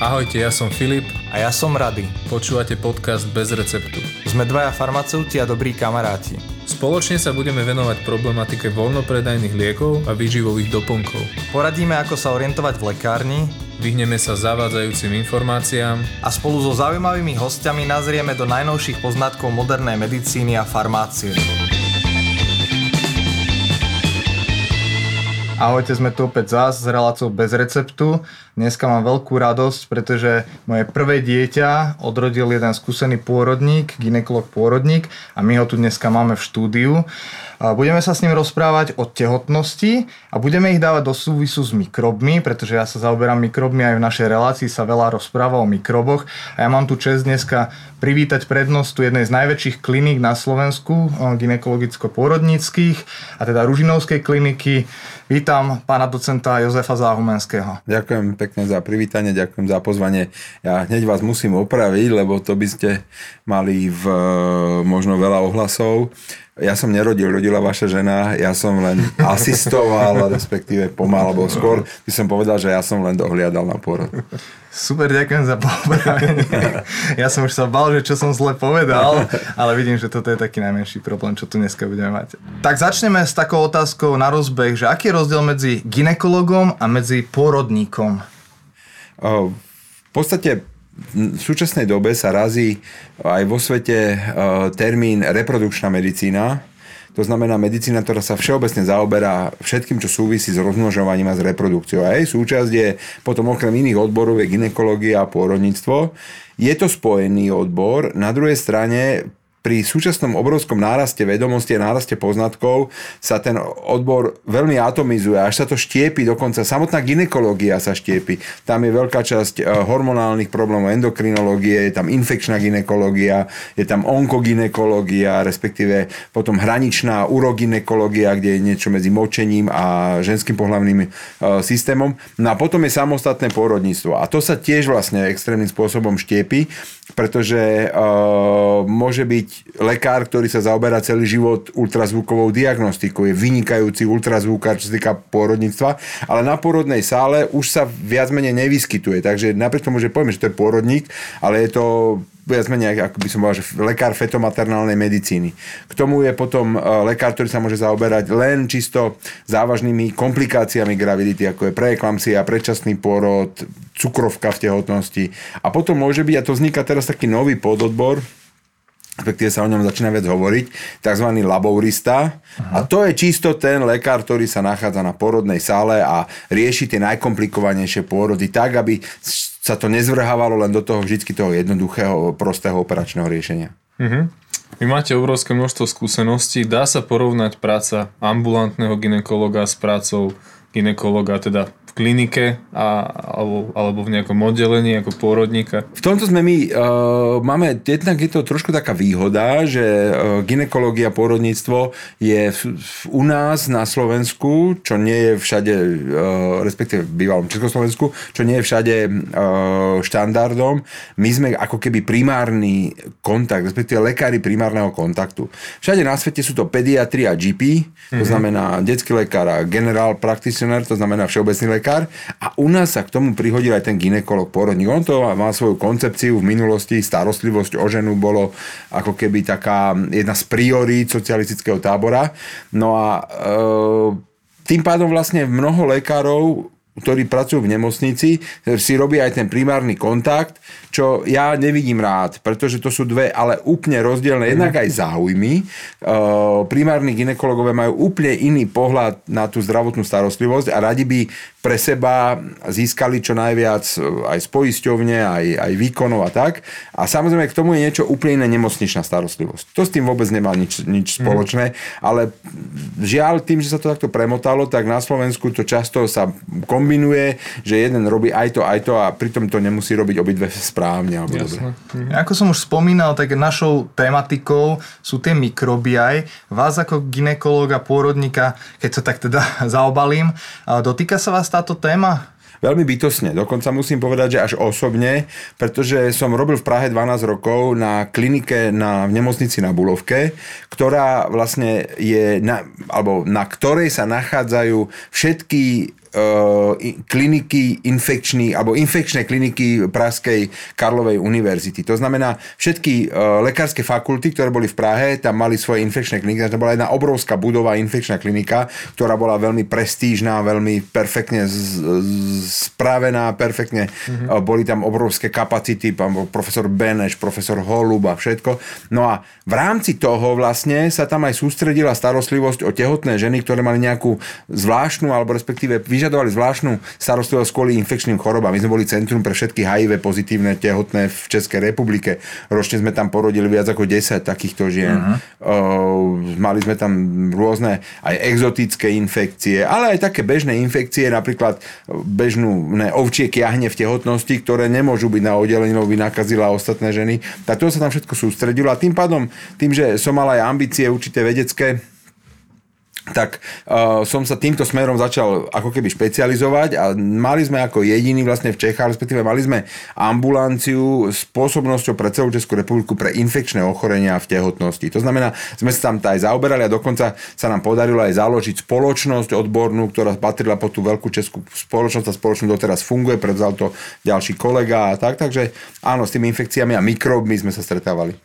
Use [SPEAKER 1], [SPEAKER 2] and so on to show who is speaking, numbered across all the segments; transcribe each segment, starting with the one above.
[SPEAKER 1] Ahojte, ja som Filip.
[SPEAKER 2] A ja som Rady.
[SPEAKER 1] Počúvate podcast Bez receptu.
[SPEAKER 2] Sme dvaja farmaceuti a dobrí kamaráti.
[SPEAKER 1] Spoločne sa budeme venovať problematike voľnopredajných liekov a výživových doplnkov.
[SPEAKER 2] Poradíme, ako sa orientovať v lekárni,
[SPEAKER 1] vyhneme sa zavádzajúcim informáciám
[SPEAKER 2] a spolu so zaujímavými hostiami nazrieme do najnovších poznatkov modernej medicíny a farmácie. Ahojte, sme tu opäť zás s reláciou Bez receptu. Dneska mám veľkú radosť, pretože moje prvé dieťa odrodil jeden skúsený pôrodník, gynekolog pôrodník, a my ho tu dneska máme v štúdiu. Budeme sa s ním rozprávať o tehotnosti a budeme ich dávať do súvisu s mikrobmi, pretože ja sa zaoberám mikrobmi, aj v našej relácii sa veľa rozpráva o mikroboch. A ja mám tu česť dneska privítať prednostu jednej z najväčších kliník na Slovensku, gynekologicko-pôrodníckych, a teda Ružinovskej kliniky. Vítam pána docenta Jozefa Záhumenského.
[SPEAKER 3] Ďakujem pekne za privítanie, ďakujem za pozvanie. Ja hneď vás musím opraviť, lebo to by ste mali možno veľa ohlasov. Ja som nerodil, rodila vaša žena, ja som len asistoval, respektíve pomal, alebo skôr by som povedal, že ja som len dohliadal na pôrod.
[SPEAKER 2] Super, ďakujem za popravenie. Ja som už sa bál, že čo som zle povedal, ale vidím, že toto je taký najmenší problém, čo tu dneska budeme mať. Tak začneme s takou otázkou na rozbeh, že aký je rozdiel medzi gynekologom a medzi pôrodníkom?
[SPEAKER 3] V podstate v súčasnej dobe sa razí aj vo svete termín reprodukčná medicína. To znamená medicína, ktorá sa všeobecne zaoberá všetkým, čo súvisí s rozmnožovaním a s reprodukciou. A jej súčasť je potom okrem iných odborov je gynekológia a pôrodníctvo. Je to spojený odbor. Na druhej strane pri súčasnom obrovskom náraste vedomosti a náraste poznatkov sa ten odbor veľmi atomizuje, až sa to štiepi, dokonca samotná gynekológia sa štiepi. Tam je veľká časť hormonálnych problémov, endokrinológie, je tam infekčná gynekológia, je tam onkogynekológia, respektíve potom hraničná urogynekológia, kde je niečo medzi močením a ženským pohlavným systémom. No a potom je samostatné pôrodníctvo. A to sa tiež vlastne extrémnym spôsobom štiepi, pretože môže byť lekár, ktorý sa zaoberá celý život ultrazvukovou diagnostikou, je vynikajúci ultrazvukár, čo sa týka pôrodníctva, ale na pôrodnej sále už sa viac menej nevyskytuje. Takže napriek tomu, že povieme, že to je pôrodník, ale je to viac menej, ako by som povedal, že lekár fetomaternálnej medicíny. K tomu je potom lekár, ktorý sa môže zaoberať len čisto závažnými komplikáciami gravidity, ako je preeklampsia, predčasný pôrod, cukrovka v tehotnosti. A potom môže byť, a to vzniká teraz taký nový pododbor, respektíve sa o ňom začína viac hovoriť, tzv. Labourista. Aha. A to je čisto ten lekár, ktorý sa nachádza na pôrodnej sále a rieši tie najkomplikovanejšie pôrody tak, aby sa to nezvrhávalo len do toho vždycky toho jednoduchého, prostého operačného riešenia.
[SPEAKER 1] Mhm. Vy máte obrovské množstvo skúseností. Dá sa porovnať práca ambulantného gynekologa s prácou gynekologa, teda v klinike alebo v nejakom oddelení ako pôrodníka?
[SPEAKER 3] V tomto sme my máme, jednak je to trošku taká výhoda, že gynekológia, pôrodníctvo je u nás na Slovensku, čo nie je všade, respektíve v bývalom Československu, čo nie je všade štandardom. My sme ako keby primárny kontakt, respektíve lekári primárneho kontaktu. Všade na svete sú to pediatri a GP, to znamená detský lekár a general practitioner, to znamená všeobecný lekár. A u nás sa k tomu prihodil aj ten gynekolog pôrodník. On to má svoju koncepciu v minulosti, starostlivosť o ženu bolo ako keby taká jedna z priorít socialistického tábora. No a tým pádom vlastne mnoho lekárov, ktorí pracujú v nemocnici, si robí aj ten primárny kontakt, čo ja nevidím rád, pretože to sú dve, ale úplne rozdielne, jednak aj záujmy. Primárni gynekológovia majú úplne iný pohľad na tú zdravotnú starostlivosť a radi by pre seba získali čo najviac aj z poisťovne, aj výkonov a tak. A samozrejme k tomu je niečo úplne iné, nemocničná starostlivosť. To s tým vôbec nemá nič spoločné, ale žiaľ tým, že sa to takto premotalo, tak na Slovensku to často sa kombinuje, že jeden robí aj to a pritom to nemusí robiť obidve správne. Alebo dobre.
[SPEAKER 2] Ako som už spomínal, tak našou tematikou sú tie mikroby aj. Vás ako gynekológa, pôrodníka, keď sa tak teda zaobalím, dotýka sa vás táto téma?
[SPEAKER 3] Veľmi bytostne. Dokonca musím povedať, že až osobne, pretože som robil v Prahe 12 rokov na klinike v nemocnici na Bulovke, ktorá vlastne je, na ktorej sa nachádzajú všetky kliniky infekčné kliniky Pražskej Karlovej univerzity. To znamená, všetky lekárske fakulty, ktoré boli v Prahe, tam mali svoje infekčné kliniky. To bola jedna obrovská budova infekčná klinika, ktorá bola veľmi prestížna, veľmi perfektne spravená, perfektne. Boli tam obrovské kapacity, profesor Beneš, profesor Holub a všetko. No a v rámci toho vlastne sa tam aj sústredila starostlivosť o tehotné ženy, ktoré mali nejakú zvláštnu, alebo respektíve vyžadovali zvláštnu starostlivosť kvôli infekčným chorobám. My sme boli centrum pre všetky HIV pozitívne tehotné v Českej republike. Ročne sme tam porodili viac ako 10 takýchto žien. Mali sme tam rôzne aj exotické infekcie, ale aj také bežné infekcie, napríklad ovčie kiahne v tehotnosti, ktoré nemôžu byť na oddelení, lebo by nakazila ostatné ženy. Tak to sa tam všetko sústredilo a tým pádom, tým, že som mal aj ambície určité vedecké, tak som sa týmto smerom začal ako keby špecializovať a mali sme ako jediný vlastne v Čechách, respektíve mali sme ambulanciu s pôsobnosťou pre celú Českú republiku pre infekčné ochorenia v tehotnosti. To znamená, sme sa tam aj zaoberali a dokonca sa nám podarilo aj založiť spoločnosť odbornú, ktorá patrila po tú veľkú českú spoločnosť a spoločnosť doteraz funguje, prevzal to ďalší kolega a tak, takže áno, s tými infekciami a mikróbmi sme sa stretávali.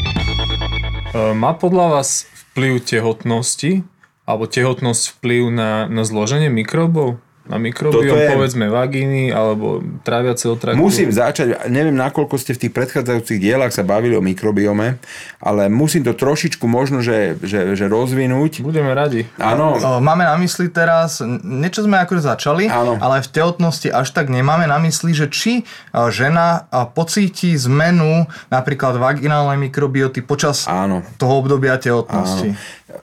[SPEAKER 1] Má podľa vás vplyv tehotnosti alebo tehotnosť vplyv na zloženie mikróbov? Na mikrobióm, povedzme vagíny alebo tráviaceho traktu?
[SPEAKER 3] Musím začať, neviem nakoľko ste v tých predchádzajúcich dielach sa bavili o mikrobiome, ale musím to trošičku možno, že rozvinúť.
[SPEAKER 1] Budeme radi.
[SPEAKER 3] Áno.
[SPEAKER 2] Máme na mysli teraz, niečo sme akože začali, ale v tehotnosti až tak nemáme na mysli, že či žena pocíti zmenu napríklad vaginálnej mikrobioty počas toho obdobia tehotnosti.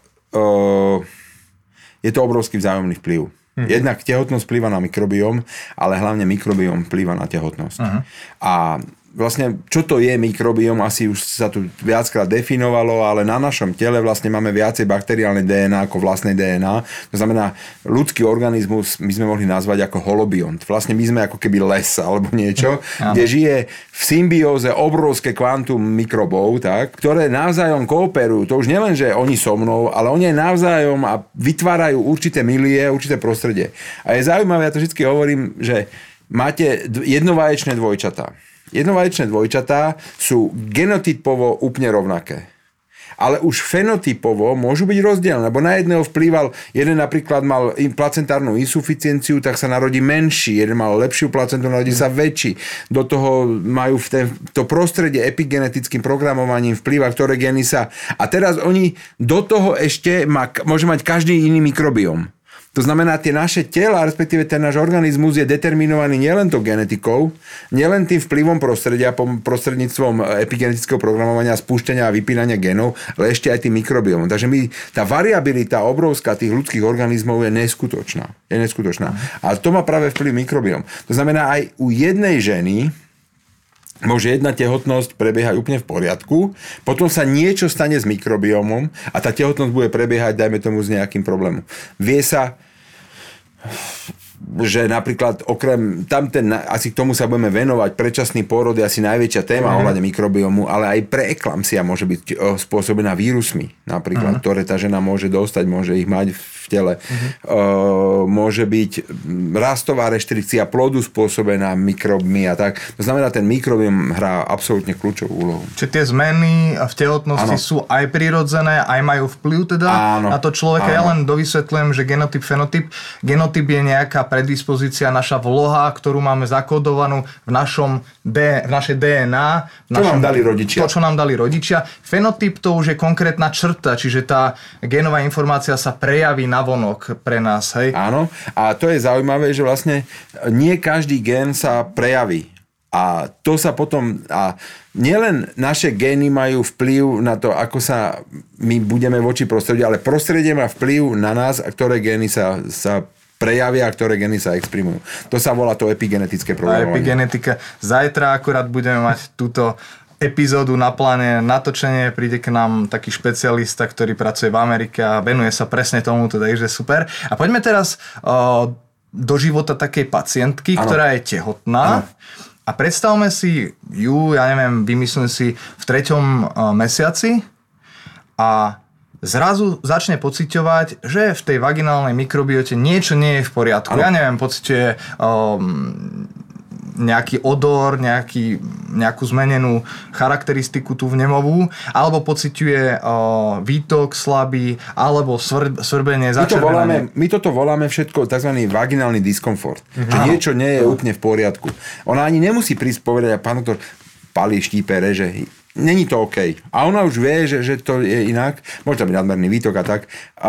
[SPEAKER 3] Je to obrovský vzájomný vplyv. Jednak tehotnosť vplýva na mikrobióm, ale hlavne mikrobióm vplýva na tehotnosť. A vlastne, čo to je mikrobióm, asi už sa tu viackrát definovalo, ale na našom tele vlastne máme viacej bakteriálne DNA ako vlastnej DNA. To znamená, ľudský organizmus my sme mohli nazvať ako holobiont. Vlastne my sme ako keby les alebo niečo, kde žije v symbióze obrovské kvantum mikrobov, tak, ktoré navzájom kooperujú. To už nielen, že oni so mnou, ale oni aj navzájom a vytvárajú určité milie, určité prostredie. A je zaujímavé, ja to vždy hovorím, že máte jednovaječné dvojčatá. Jednovaječné dvojčatá sú genotypovo úplne rovnaké. Ale už fenotypovo môžu byť rozdielne, lebo na jedného vplýval, jeden napríklad mal placentárnu insuficienciu, tak sa narodí menší, jeden mal lepšiu placentu, narodí sa väčší. Do toho majú to prostredie epigenetickým programovaním vplýva, ktoré gény sa... A teraz oni do toho ešte môže mať každý iný mikrobióm. To znamená, tie naše tela, respektíve ten náš organizmus je determinovaný nielen tou genetikou, nielen tým vplyvom prostredia, prostredníctvom epigenetického programovania, spúšťania a vypínania genov, ale ešte aj tým mikrobiomom. Takže tá variabilita obrovská tých ľudských organizmov je neskutočná. A to má práve vplyv mikrobiom. To znamená, aj u jednej ženy môže jedna tehotnosť prebiehať úplne v poriadku, potom sa niečo stane s mikrobiomom a tá tehotnosť bude prebiehať, dajme tomu, s nejakým problémom. Vie sa, že napríklad okrem asi k tomu sa budeme venovať, predčasný pôrod je asi najväčšia téma ohľadne mikrobiomu, ale aj preeklampsia môže byť spôsobená vírusmi, napríklad, ktoré tá žena môže dostať, môže ich mať v tele. Môže byť rastová reštrikcia plodu spôsobená mikrobmi a tak. To znamená, ten mikrobiom hrá absolútne kľúčovú úlohu.
[SPEAKER 2] Čiže tie zmeny v tehotnosti sú aj prirodzené, aj majú vplyv teda na to človeka. Ja len dovysvetľujem, že genotyp, fenotyp. Genotyp je nejaká predispozícia, naša vloha, ktorú máme zakódovanú v našej DNA.
[SPEAKER 3] Čo nám dali rodičia.
[SPEAKER 2] To, čo nám dali rodičia. Fenotyp to už je konkrétna črta, čiže tá genová informácia sa prejaví navonok pre nás. Hej?
[SPEAKER 3] Áno, a to je zaujímavé, že vlastne nie každý gén sa prejaví. A to sa potom... A nielen naše gény majú vplyv na to, ako sa my budeme voči prostrediu, ale prostredie má vplyv na nás, a ktoré gény sa prejavia a ktoré gény sa exprimujú. To sa volá to epigenetické programovanie.
[SPEAKER 2] Epigenetika. Zajtra akurát budeme mať túto epizódu na pláne natočenie, príde k nám taký špecialista, ktorý pracuje v Amerike a venuje sa presne tomuto, takže super. A poďme teraz do života takej pacientky, ktorá je tehotná. A predstavme si ju, ja neviem, vymyslím si v 3. mesiaci a zrazu začne pociťovať, že v tej vaginálnej mikrobiote niečo nie je v poriadku. Ja neviem, pociťuje nejaký odor, nejakú zmenenú charakteristiku tú vnemovú, alebo pociťuje výtok slabý, alebo svrbenie, začervenanie.
[SPEAKER 3] My toto voláme všetko tzv. Vaginálny diskomfort. Že niečo nie je úplne v poriadku. Ona ani nemusí prísť povedať, pán doktor, palí, štípe, reže. Není to OK. A ona už vie, že to je inak. Môže tam byť nadmerný výtok a tak.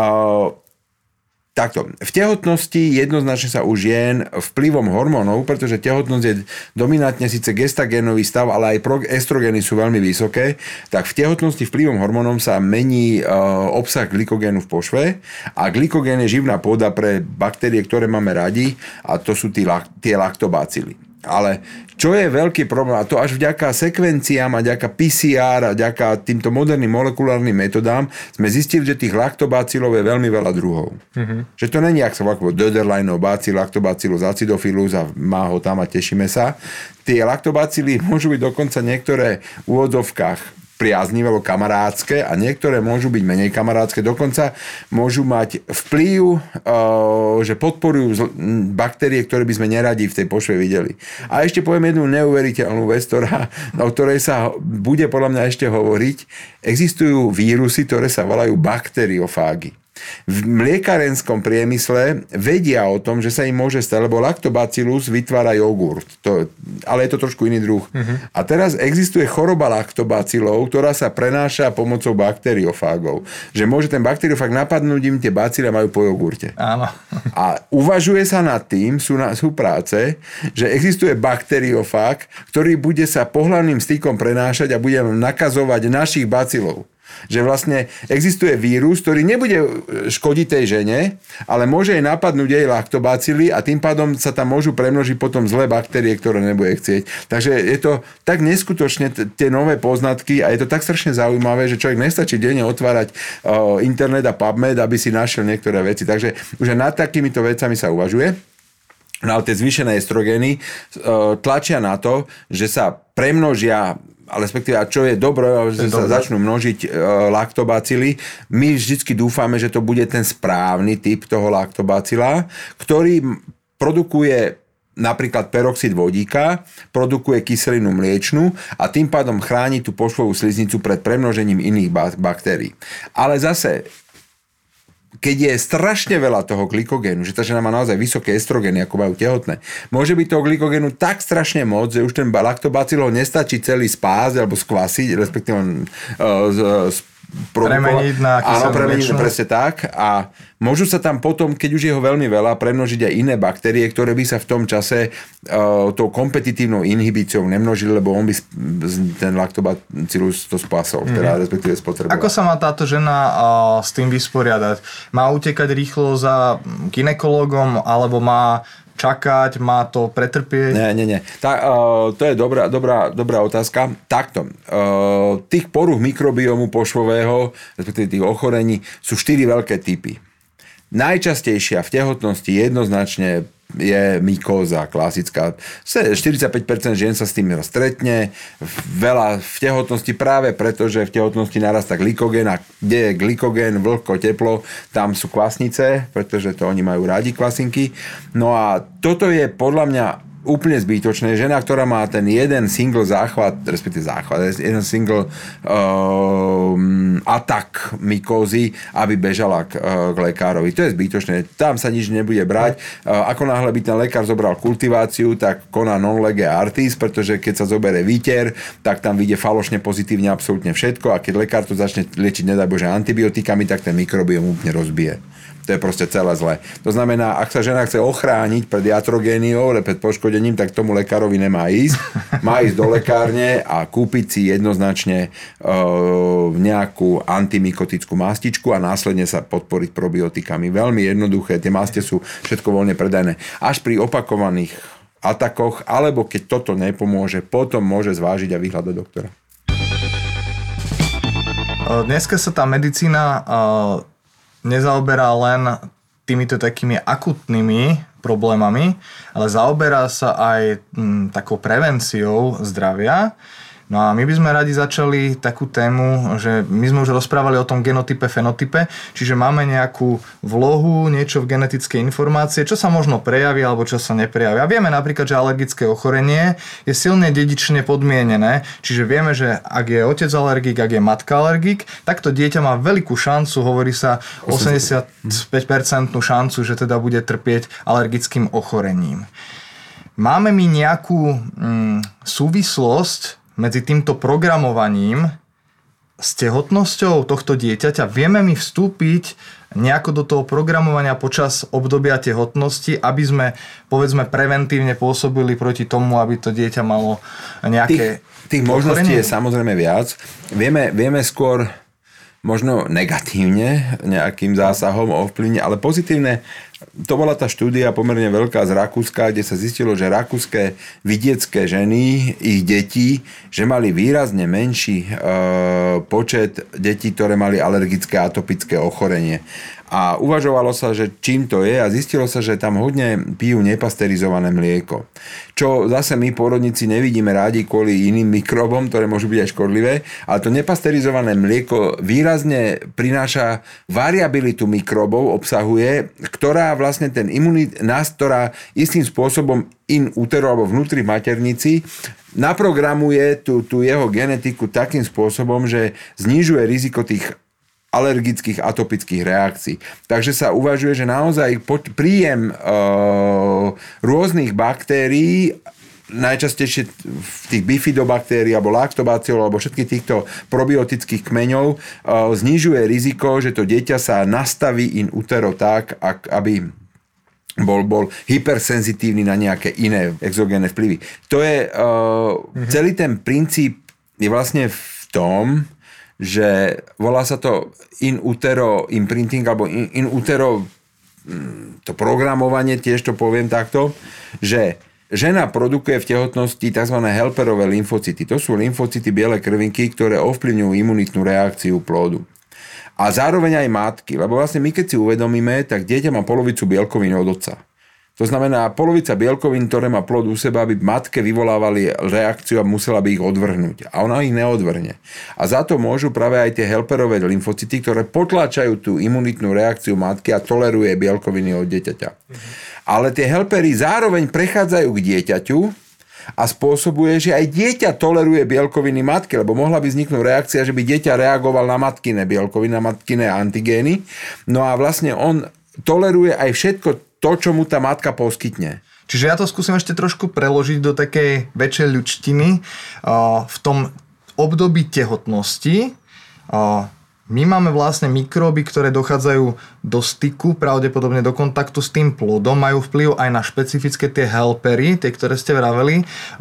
[SPEAKER 3] Takto. V tehotnosti jednoznačne sa u žien vplyvom hormónov, pretože tehotnosť je dominantne síce gestagénový stav, ale aj estrogény sú veľmi vysoké, tak v tehotnosti vplyvom hormónov sa mení obsah glykogénu v pošve a glykogén je živná pôda pre baktérie, ktoré máme radi, a to sú tie laktobacily. Ale čo je veľký problém, a to až vďaka sekvenciám a vďaka PCR a vďaka týmto moderným molekulárnym metodám sme zistili, že tých laktobacilov je veľmi veľa druhov. Že to není, ak sa volá Döderleinov bacil, lactobacillus acidophilus a má ho tam a tešíme sa. Tie laktobacily môžu byť dokonca niektoré v úvodzovkách priaznivé alebo kamarádske a niektoré môžu byť menej kamarádske, dokonca môžu mať vplyv, že podporujú baktérie, ktoré by sme neradi v tej pošve videli. A ešte poviem jednu neuveriteľnú vec, o ktorej sa bude podľa mňa ešte hovoriť. Existujú vírusy, ktoré sa volajú bakteriofágy. V mliekárenskom priemysle vedia o tom, že sa im môže stať, lebo lactobacillus vytvára jogurt. Ale je to trošku iný druh. A teraz existuje choroba laktobacilov, ktorá sa prenáša pomocou bakteriofágov. Že môže ten bakteriofág napadnúť, im tie bacily majú po jogurte.
[SPEAKER 2] Áno.
[SPEAKER 3] A uvažuje sa nad tým, sú práce, že existuje bakteriofág, ktorý bude sa pohlavným stykom prenášať a bude nakazovať našich bacilov. Že vlastne existuje vírus, ktorý nebude škodiť tej žene, ale môže jej napadnúť jej laktobacily a tým pádom sa tam môžu premnožiť potom zlé baktérie, ktoré nebude chcieť. Takže je to tak neskutočne tie nové poznatky a je to tak strašne zaujímavé, že človek nestačí denne otvárať internet a PubMed, aby si našiel niektoré veci. Takže už nad takýmito vecami sa uvažuje. No ale tie zvýšené estrogény tlačia na to, že sa premnožia, respektíve, a čo je dobré, že sa začnú množiť laktobacily. My vždycky dúfame, že to bude ten správny typ toho laktobacila, ktorý produkuje napríklad peroxid vodíka, produkuje kyselinu mliečnu a tým pádom chráni tú pošvovú sliznicu pred premnožením iných baktérií. Ale zase, keď je strašne veľa toho glykogénu, že tá žena má naozaj vysoké estrogény, ako majú tehotné, môže byť toho glykogénu tak strašne moc, že už ten laktobacil ho nestačí celý spásť alebo skvasiť, respektíve
[SPEAKER 2] premeniť na kyselinu mliečnu.
[SPEAKER 3] Presne tak. A môžu sa tam potom, keď už je ho veľmi veľa, premnožiť aj iné baktérie, ktoré by sa v tom čase tou kompetitívnou inhibíciou nemnožili, lebo on by ten laktobacillus to spásol, teda respektíve spotreboval.
[SPEAKER 2] Ako sa má táto žena s tým vysporiadať? Má utekať rýchlo za gynekologom, alebo má čakať, má to pretrpieť?
[SPEAKER 3] Nie. To je dobrá otázka. Takto. Tých poruch mikrobiomu pošvového, respektíve tých ochorení, sú 4 veľké typy. Najčastejšia v tehotnosti jednoznačne je mykóza klasická. 45% žien sa s tým stretne. Veľa v tehotnosti práve preto, že v tehotnosti narastá glykogén a kde je glykogén, vlhko, teplo, tam sú kvasnice, pretože to oni majú rádi kvasinky. No a toto je podľa mňa úplne zbytočné. Žena, ktorá má ten jeden single záchvat, jeden single atak mykózy, aby bežala k lekárovi. To je zbytočné. Tam sa nič nebude brať. Ako náhle by ten lekár zobral kultiváciu, tak koná non lege artis, pretože keď sa zobere výter, tak tam vyjde falošne pozitívne absolútne všetko a keď lekár to začne liečiť, nedaj Bože, antibiotikami, tak ten mikrobióm úplne rozbije. To je proste celé zle. To znamená, ak sa žena chce ochrániť pred iatrogéniou, pred poškodením, tak tomu lekárovi nemá ísť. Má ísť do lekárne a kúpiť si jednoznačne nejakú antimykotickú mastičku a následne sa podporiť probiotikami. Veľmi jednoduché, tie mastie sú všetko voľne predajné. Až pri opakovaných atakoch, alebo keď toto nepomôže, potom môže zvážiť a vyhľadať doktora.
[SPEAKER 2] Dneska sa tá medicína nezaoberá len týmito takými akutnými problémami, ale zaoberá sa aj takou prevenciou zdravia. No a my by sme radi začali takú tému, že my sme už rozprávali o tom genotype, fenotype, čiže máme nejakú vlohu, niečo v genetickej informácie, čo sa možno prejaví alebo čo sa neprejaví. A vieme napríklad, že alergické ochorenie je silne dedične podmienené, čiže vieme, že ak je otec alergik, ak je matka alergik, tak to dieťa má veľkú šancu, hovorí sa 85% šancu, že teda bude trpieť alergickým ochorením. Máme mi nejakú súvislosť medzi týmto programovaním s tehotnosťou tohto dieťaťa? Vieme mi vstúpiť nejako do toho programovania počas obdobia tehotnosti, aby sme, povedzme, preventívne pôsobili proti tomu, aby to dieťa malo nejaké...
[SPEAKER 3] Tých možností je samozrejme viac. Vieme skôr možno negatívne nejakým zásahom ovplyvniť, ale pozitívne. To bola tá štúdia pomerne veľká z Rakúska, kde sa zistilo, že rakúske vidiecké ženy, ich deti, že mali výrazne menší počet detí, ktoré mali alergické a atopické ochorenie. A uvažovalo sa, že čím to je, a zistilo sa, že tam hodne pijú nepasterizované mlieko. Čo zase my pôrodníci nevidíme rádi kvôli iným mikrobom, ktoré môžu byť aj škodlivé, ale to nepasterizované mlieko výrazne prináša variabilitu mikrobov, obsahuje, ktorá vlastne ten nás, ktorá istým spôsobom in utero alebo vnútri v maternici naprogramuje tú jeho genetiku takým spôsobom, že znižuje riziko tých alergických atopických reakcií. Takže sa uvažuje, že naozaj príjem rôznych baktérií, najčastejšie v tých bifidobaktérií alebo lactobacillus alebo všetkých týchto probiotických kmeňov znižuje riziko, že to dieťa sa nastaví in utero tak, aby bol hypersenzitívny na nejaké iné exogénne vplyvy. To je celý ten princíp je vlastne v tom, že volá sa to in utero imprinting alebo in utero to programovanie, tiež to poviem takto, že žena produkuje v tehotnosti tzv. Helperové lymfocyty. To sú lymfocyty bielej krvinky, ktoré ovplyvňujú imunitnú reakciu plodu. A zároveň aj matky, lebo vlastne my keď si uvedomíme, tak dieťa má polovicu bielkovín od otca. To znamená, polovica bielkovín, ktoré má plod u seba, aby matke vyvolávali reakciu a musela by ich odvrhnúť. A ona ich neodvrhne. A za to môžu práve aj tie helperové lymfocyty, ktoré potláčajú tú imunitnú reakciu matky a toleruje bielkoviny od dieťaťa. Ale tie helpery zároveň prechádzajú k dieťaťu a spôsobuje, že aj dieťa toleruje bielkoviny matky, lebo mohla by vzniknúť reakcia, že by dieťa reagoval na matkiné bielkoviny, na matkiné antigény. No a vlastne on toleruje aj všetko to, čo mu tá matka poskytne.
[SPEAKER 2] Čiže ja to skúsim ešte trošku preložiť do takej väčšej ľudštiny. V tom období tehotnosti my máme vlastne mikróby, ktoré dochádzajú do styku, pravdepodobne do kontaktu s tým plodom, majú vplyv aj na špecifické tie helpery, tie, ktoré ste vraveli.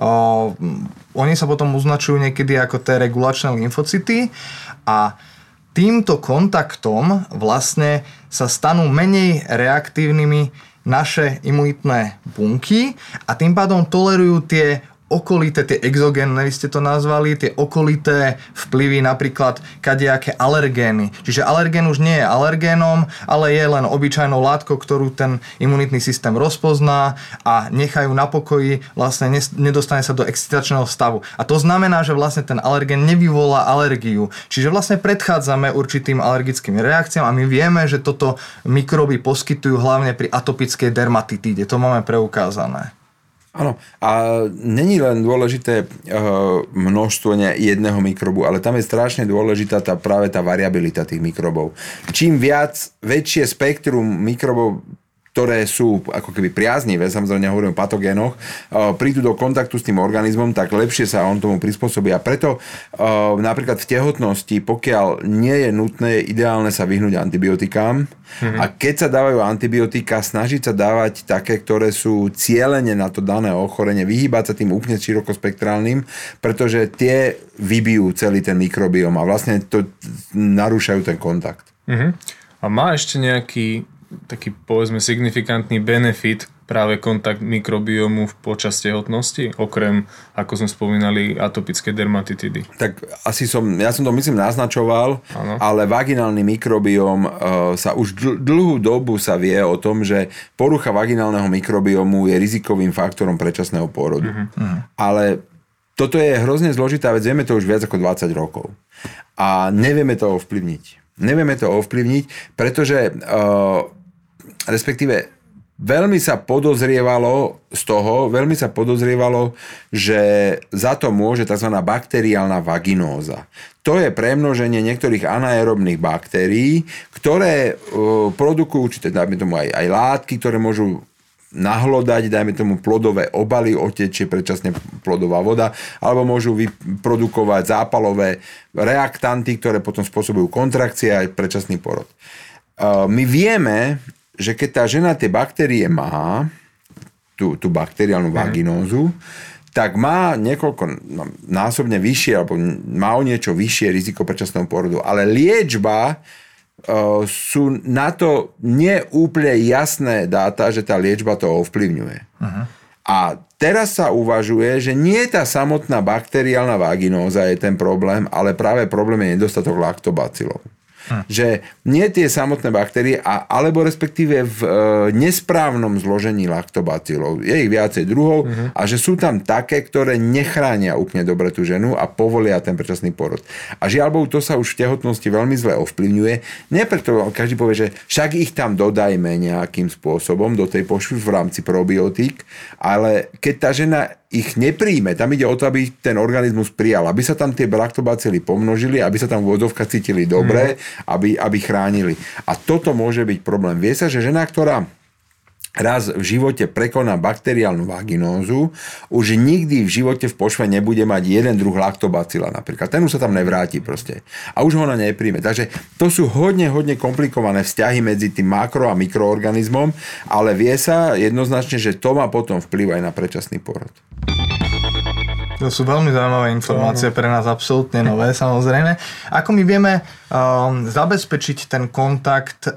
[SPEAKER 2] Oni sa potom označujú niekedy ako tie regulačné lymfocyty a týmto kontaktom vlastne sa stanú menej reaktívnymi naše imunitné bunky a tým pádom tolerujú tie okolité, tie exogénne, vy ste to nazvali, tie okolité vplyvy, napríklad kadejaké alergény. Čiže alergén už nie je alergénom, ale je len obyčajnou látkou, ktorú ten imunitný systém rozpozná a nechajú na pokoji, vlastne nedostane sa do excitačného stavu. A to znamená, že vlastne ten alergén nevyvolá alergiu. Čiže vlastne predchádzame určitým alergickým reakciám a my vieme, že toto mikróby poskytujú hlavne pri atopickej dermatitíde. To máme preukázané.
[SPEAKER 3] Áno, a není len dôležité množstvo jedného mikrobu, ale tam je strašne dôležitá práve tá variabilita tých mikrobov. Čím väčšie spektrum mikrobov, ktoré sú ako keby priaznivé, samozrejme nehovorím o patogénoch, prídu do kontaktu s tým organizmom, tak lepšie sa on tomu prispôsobí. A preto napríklad v tehotnosti, pokiaľ nie je nutné, je ideálne sa vyhnúť antibiotikám. A keď sa dávajú antibiotika, snažiť sa dávať také, ktoré sú cielene na to dané ochorenie, vyhýbať sa tým úplne širokospektrálnym, pretože tie vybijú celý ten mikrobióm a vlastne to narúšajú ten kontakt.
[SPEAKER 1] A má ešte nejaký taký, povedzme, signifikantný benefit práve kontakt mikrobiomu počas tehotnosti, okrem, ako sme spomínali, atopické dermatitidy?
[SPEAKER 3] Tak ja som to myslím naznačoval, ano. Ale vaginálny mikrobióm sa už dlhú dobu sa vie o tom, že porucha vaginálneho mikrobiomu je rizikovým faktorom predčasného pôrodu. Ale toto je hrozne zložitá vec, vieme to už viac ako 20 rokov. A nevieme to ovplyvniť, pretože respektíve veľmi sa podozrievalo, že za to môže tzv. Bakteriálna vaginóza. To je premnoženie niektorých anaerobných baktérií, ktoré produkujú určité, dajme tomu aj látky, ktoré môžu nahlodať, dajme tomu plodové obaly, otečie predčasne plodová voda, alebo môžu vyprodukovať zápalové reaktanty, ktoré potom spôsobujú kontrakcie a aj predčasný porod. My vieme, že keď tá žena tie baktérie má, tú bakteriálnu vaginózu, tak má násobne vyššie, alebo má o niečo vyššie riziko predčasného porodu. Ale liečba sú na to neúplne jasné dáta, že tá liečba to ovplyvňuje. Uh-huh. A teraz sa uvažuje, že nie tá samotná bakteriálna vaginóza je ten problém, ale práve problém je nedostatok laktobacilov. Že nie tie samotné baktérie, alebo respektíve v nesprávnom zložení laktobacilov. Je ich viacej druhov a že sú tam také, ktoré nechránia úplne dobre tú ženu a povolia ten predčasný porod. A žiaľ, to sa už v tehotnosti veľmi zle ovplyvňuje. Nie preto, každý povie, že však ich tam dodajme nejakým spôsobom do tej pošvy v rámci probiotík, ale keď tá žena ich nepríjme, tam ide o to, aby ten organizmus prijal, aby sa tam tie laktobacily pomnožili, aby sa tam vodovka cítili dobre, aby chránili. A toto môže byť problém. Vie sa, že žena, ktorá raz v živote prekoná bakteriálnu vaginózu, už nikdy v živote v pošve nebude mať jeden druh laktobacila napríklad. Ten už sa tam nevráti proste. A už ho ona nepríjme. Takže to sú hodne komplikované vzťahy medzi tým makro- a mikroorganizmom, ale vie sa jednoznačne, že to má potom vplyv aj na predčasný porod.
[SPEAKER 2] To sú veľmi zaujímavé informácie pre nás, absolútne nové, samozrejme. Ako my vieme zabezpečiť ten kontakt,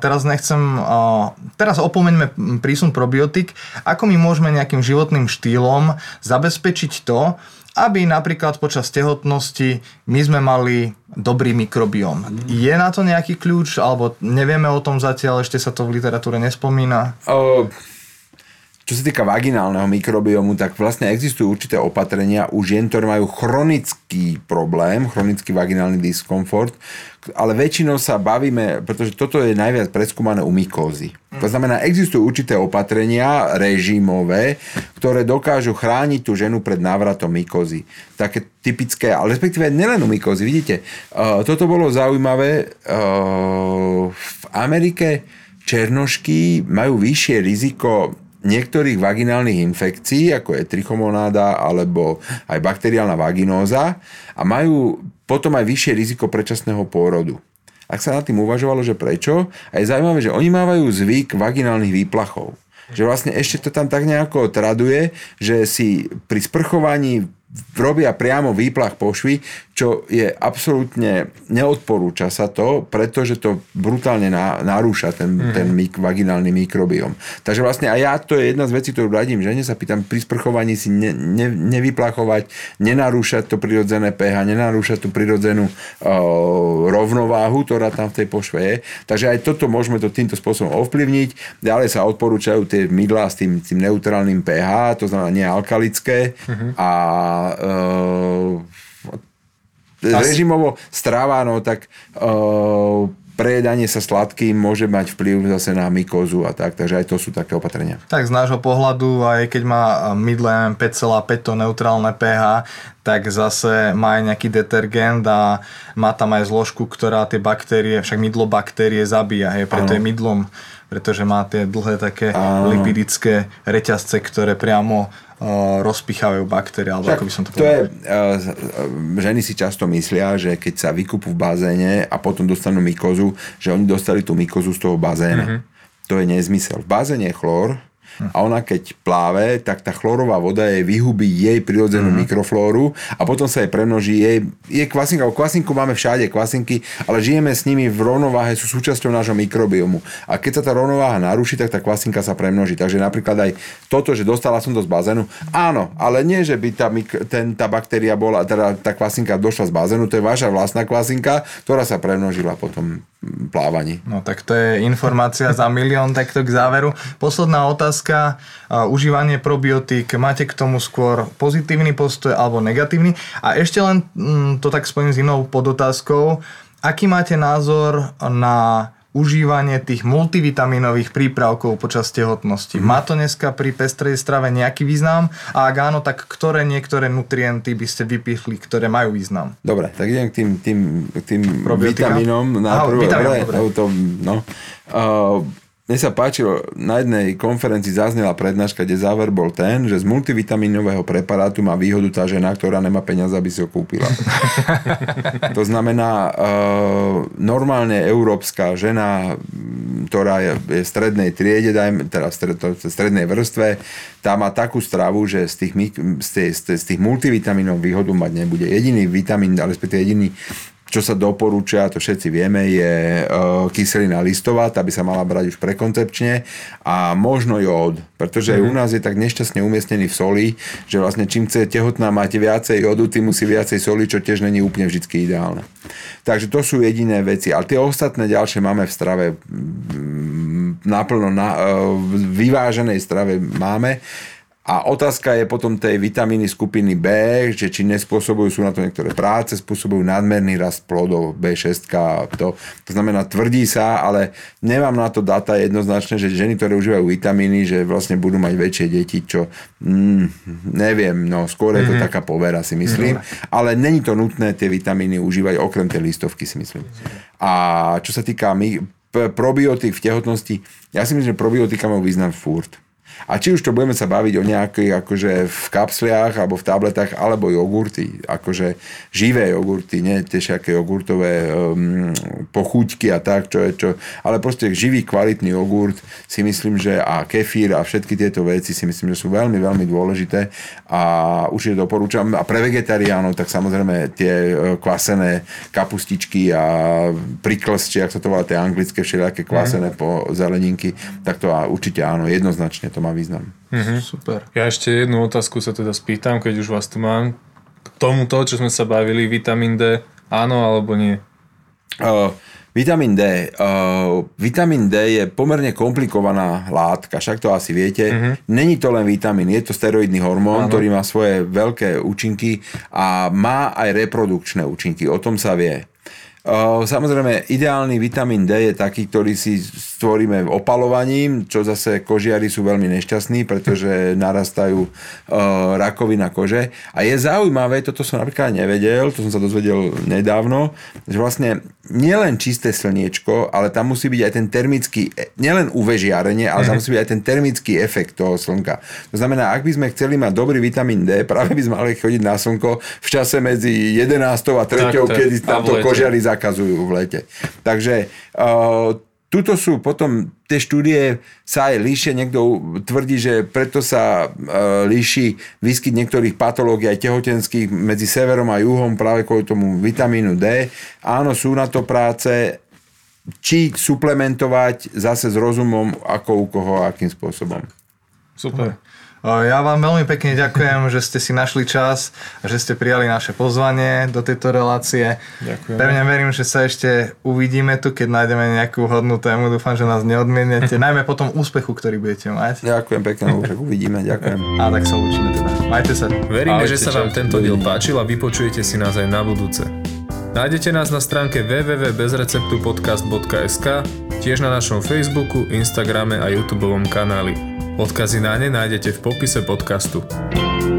[SPEAKER 2] teraz opomeňme prísun probiotik, ako my môžeme nejakým životným štýlom zabezpečiť to, aby napríklad počas tehotnosti my sme mali dobrý mikrobióm. Je na to nejaký kľúč, alebo nevieme o tom zatiaľ, ešte sa to v literatúre nespomína?
[SPEAKER 3] Čo sa týka vaginálneho mikrobiomu, tak vlastne existujú určité opatrenia u žien, ktoré majú chronický problém, chronický vaginálny diskomfort, ale väčšinou sa bavíme, pretože toto je najviac preskúmané u mykózy. To znamená, existujú určité opatrenia režimové, ktoré dokážu chrániť tú ženu pred návratom mykózy. Také typické, ale respektíve nielen u mykózy. Vidíte, toto bolo zaujímavé. V Amerike černošky majú vyššie riziko niektorých vaginálnych infekcií, ako je trichomonáda alebo aj bakteriálna vaginóza a majú potom aj vyššie riziko predčasného pôrodu. Ak sa nad tým uvažovalo, že prečo, a je zaujímavé, že oni mávajú zvyk vaginálnych výplachov. Že vlastne ešte to tam tak nejako traduje, že si pri sprchovaní robia priamo výplach pošvy, čo je absolútne neodporúča sa to, pretože to brutálne narúša ten vaginálny mikrobióm. Takže vlastne aj ja, to je jedna z vecí, ktorú radím žene, sa pýtam pri sprchovaní si nevyplachovať, nenarúšať to prirodzené pH, nenarúšať tú prirodzenú rovnováhu, ktorá tam v tej pošve je. Takže aj toto môžeme to týmto spôsobom ovplyvniť. Ďalej sa odporúčajú tie mydlá s tým neutrálnym pH, to znamená nie alkalické a režimovo stráva, no tak prejedanie sa sladkým môže mať vplyv zase na mykózu a tak, takže aj to sú také opatrenia. Tak
[SPEAKER 2] z nášho pohľadu, aj keď má mydle 5,5 to neutrálne pH, tak zase má aj nejaký detergent a má tam aj zložku, ktorá tie baktérie, však mydlo baktérie zabíja, preto je mydlom, pretože má tie dlhé také lipidické reťazce, ktoré priamo rozpichávajú baktérie, alebo ako by som to povedal.
[SPEAKER 3] Ženy si často myslia, že keď sa vykúpu v bazéne a potom dostanú mykózu, že oni dostali tú mykózu z toho bazéna. To je nezmysel. V bazéne je chlór a ona keď pláve, tak tá chlorová voda jej vyhubí jej prirodzenú mikroflóru a potom sa jej premnoží je kvasinka. Kvasinku máme všade, kvasinky, ale žijeme s nimi v rovnováhe, sú súčasťou nášho mikrobiomu. A keď sa tá rovnováha naruší, tak tá kvasinka sa premnoží. Takže napríklad aj toto, že dostala som to z bazénu, áno, ale nie, že by tá baktéria bola, teda tá kvasinka došla z bazénu, to je vaša vlastná kvasinka, ktorá sa premnožila potom plávaní.
[SPEAKER 2] No tak to je informácia za milión, takto k záveru. Posledná otázka, užívanie probiotík, máte k tomu skôr pozitívny postoj alebo negatívny? A ešte len to tak spojím s inou podotázkou, aký máte názor na užívanie tých multivitamínových prípravkov počas tehotnosti? Má to dneska pri pestrej strave nejaký význam? A ak áno, tak ktoré niektoré nutrienty by ste vypichli, ktoré majú význam?
[SPEAKER 3] Dobre, tak idem k tým vitamínom. Mne sa páčilo, na jednej konferencii zaznela prednáška, kde záver bol ten, že z multivitamínového preparátu má výhodu tá žena, ktorá nemá peniaze, aby si ho kúpila. To znamená, normálne európska žena, ktorá je v strednej triede, teda v strednej vrstve, tá má takú stravu, že z tých multivitamínov výhodu mať nebude. Jediný vitamín, respektíve jediný, čo sa doporúča, to všetci vieme, je kyselina listová, tá by sa mala brať už prekoncepčne a možno jód, pretože u nás je tak nešťastne umiestnený v soli, že vlastne čím chce tehotná mať viacej jódu, tým musí viacej soli, čo tiež není úplne vždy ideálne. Takže to sú jediné veci, ale tie ostatné ďalšie máme v strave naplno, vyváženej strave máme. A otázka je potom tej vitamíny skupiny B, že či nespôsobujú, sú na to niektoré práce, spôsobujú nadmerný rast plodov B6. To znamená, tvrdí sa, ale nemám na to data jednoznačne, že ženy, ktoré užívajú vitamíny, že vlastne budú mať väčšie deti, čo neviem, no skôr je to taká povera, si myslím. Ale není to nutné tie vitamíny užívať, okrem tej listovky, si myslím. A čo sa týka probiotík v tehotnosti, ja si myslím, že probiotika majú význam furt. A či už to budeme sa baviť o nejakých akože v kapsliach alebo v tabletách, alebo jogurty, akože živé jogurty, nie tie všaké jogurtové pochuťky a tak, ale proste živý kvalitný jogurt si myslím, že a kefír a všetky tieto veci si myslím, že sú veľmi, veľmi dôležité a určite doporúčam. A pre vegetariánov, tak samozrejme tie kvasené kapustičky a prickles, či ak sa to volá, tie anglické všelijaké kvasené po zeleninky, tak to určite áno, jednoznačne to má význam.
[SPEAKER 2] Super.
[SPEAKER 1] Ja ešte jednu otázku sa teda spýtam, keď už vás tu mám. K tomuto, čo sme sa bavili, vitamín D, áno alebo nie?
[SPEAKER 3] Vitamín D. Vitamín D je pomerne komplikovaná látka, však to asi viete. Není to len vitamín, je to steroidný hormón, ktorý má svoje veľké účinky a má aj reprodukčné účinky, o tom sa vie. Samozrejme, ideálny vitamín D je taký, ktorý si stvoríme opalovaním, čo zase kožiari sú veľmi nešťastní, pretože narastajú rakovina kože. A je zaujímavé, toto som napríklad nevedel, to som sa dozvedel nedávno, že vlastne nielen čisté slniečko, ale tam musí byť aj ten termický, nielen UV žiarenie, ale tam musí byť aj ten termický efekt toho slnka. To znamená, ak by sme chceli mať dobrý vitamín D, práve by sme mali chodiť na slnko v čase medzi 11. a 3. kedy tam to kožiari zakazujú v lete. Takže tuto sú potom tie štúdie sa aj líšia. Niekto tvrdí, že preto sa líši výskyt niektorých patológií aj tehotenských medzi severom a juhom práve kvôli tomu vitamínu D. Áno, sú na to práce. Či suplementovať zase s rozumom, ako u koho a akým spôsobom.
[SPEAKER 1] Super.
[SPEAKER 2] Ja vám veľmi pekne ďakujem, že ste si našli čas a že ste prijali naše pozvanie do tejto relácie. Ďakujem. Pevne verím, že sa ešte uvidíme tu, keď nájdeme nejakú hodnú tému. Dúfam, že nás neodmienete, najmä po tom úspechu, ktorý budete mať.
[SPEAKER 3] Ďakujem pekne, už uvidíme, ďakujem.
[SPEAKER 2] A tak sa učíme teda. Majte sa.
[SPEAKER 1] Veríme, že sa vám tento diel páčil a vypočujete si nás aj na budúce. Nájdete nás na stránke www.bezreceptupodcast.sk, tiež na našom Facebooku, Instagrame a YouTubeovom kanáli. Odkazy na ne nájdete v popise podcastu.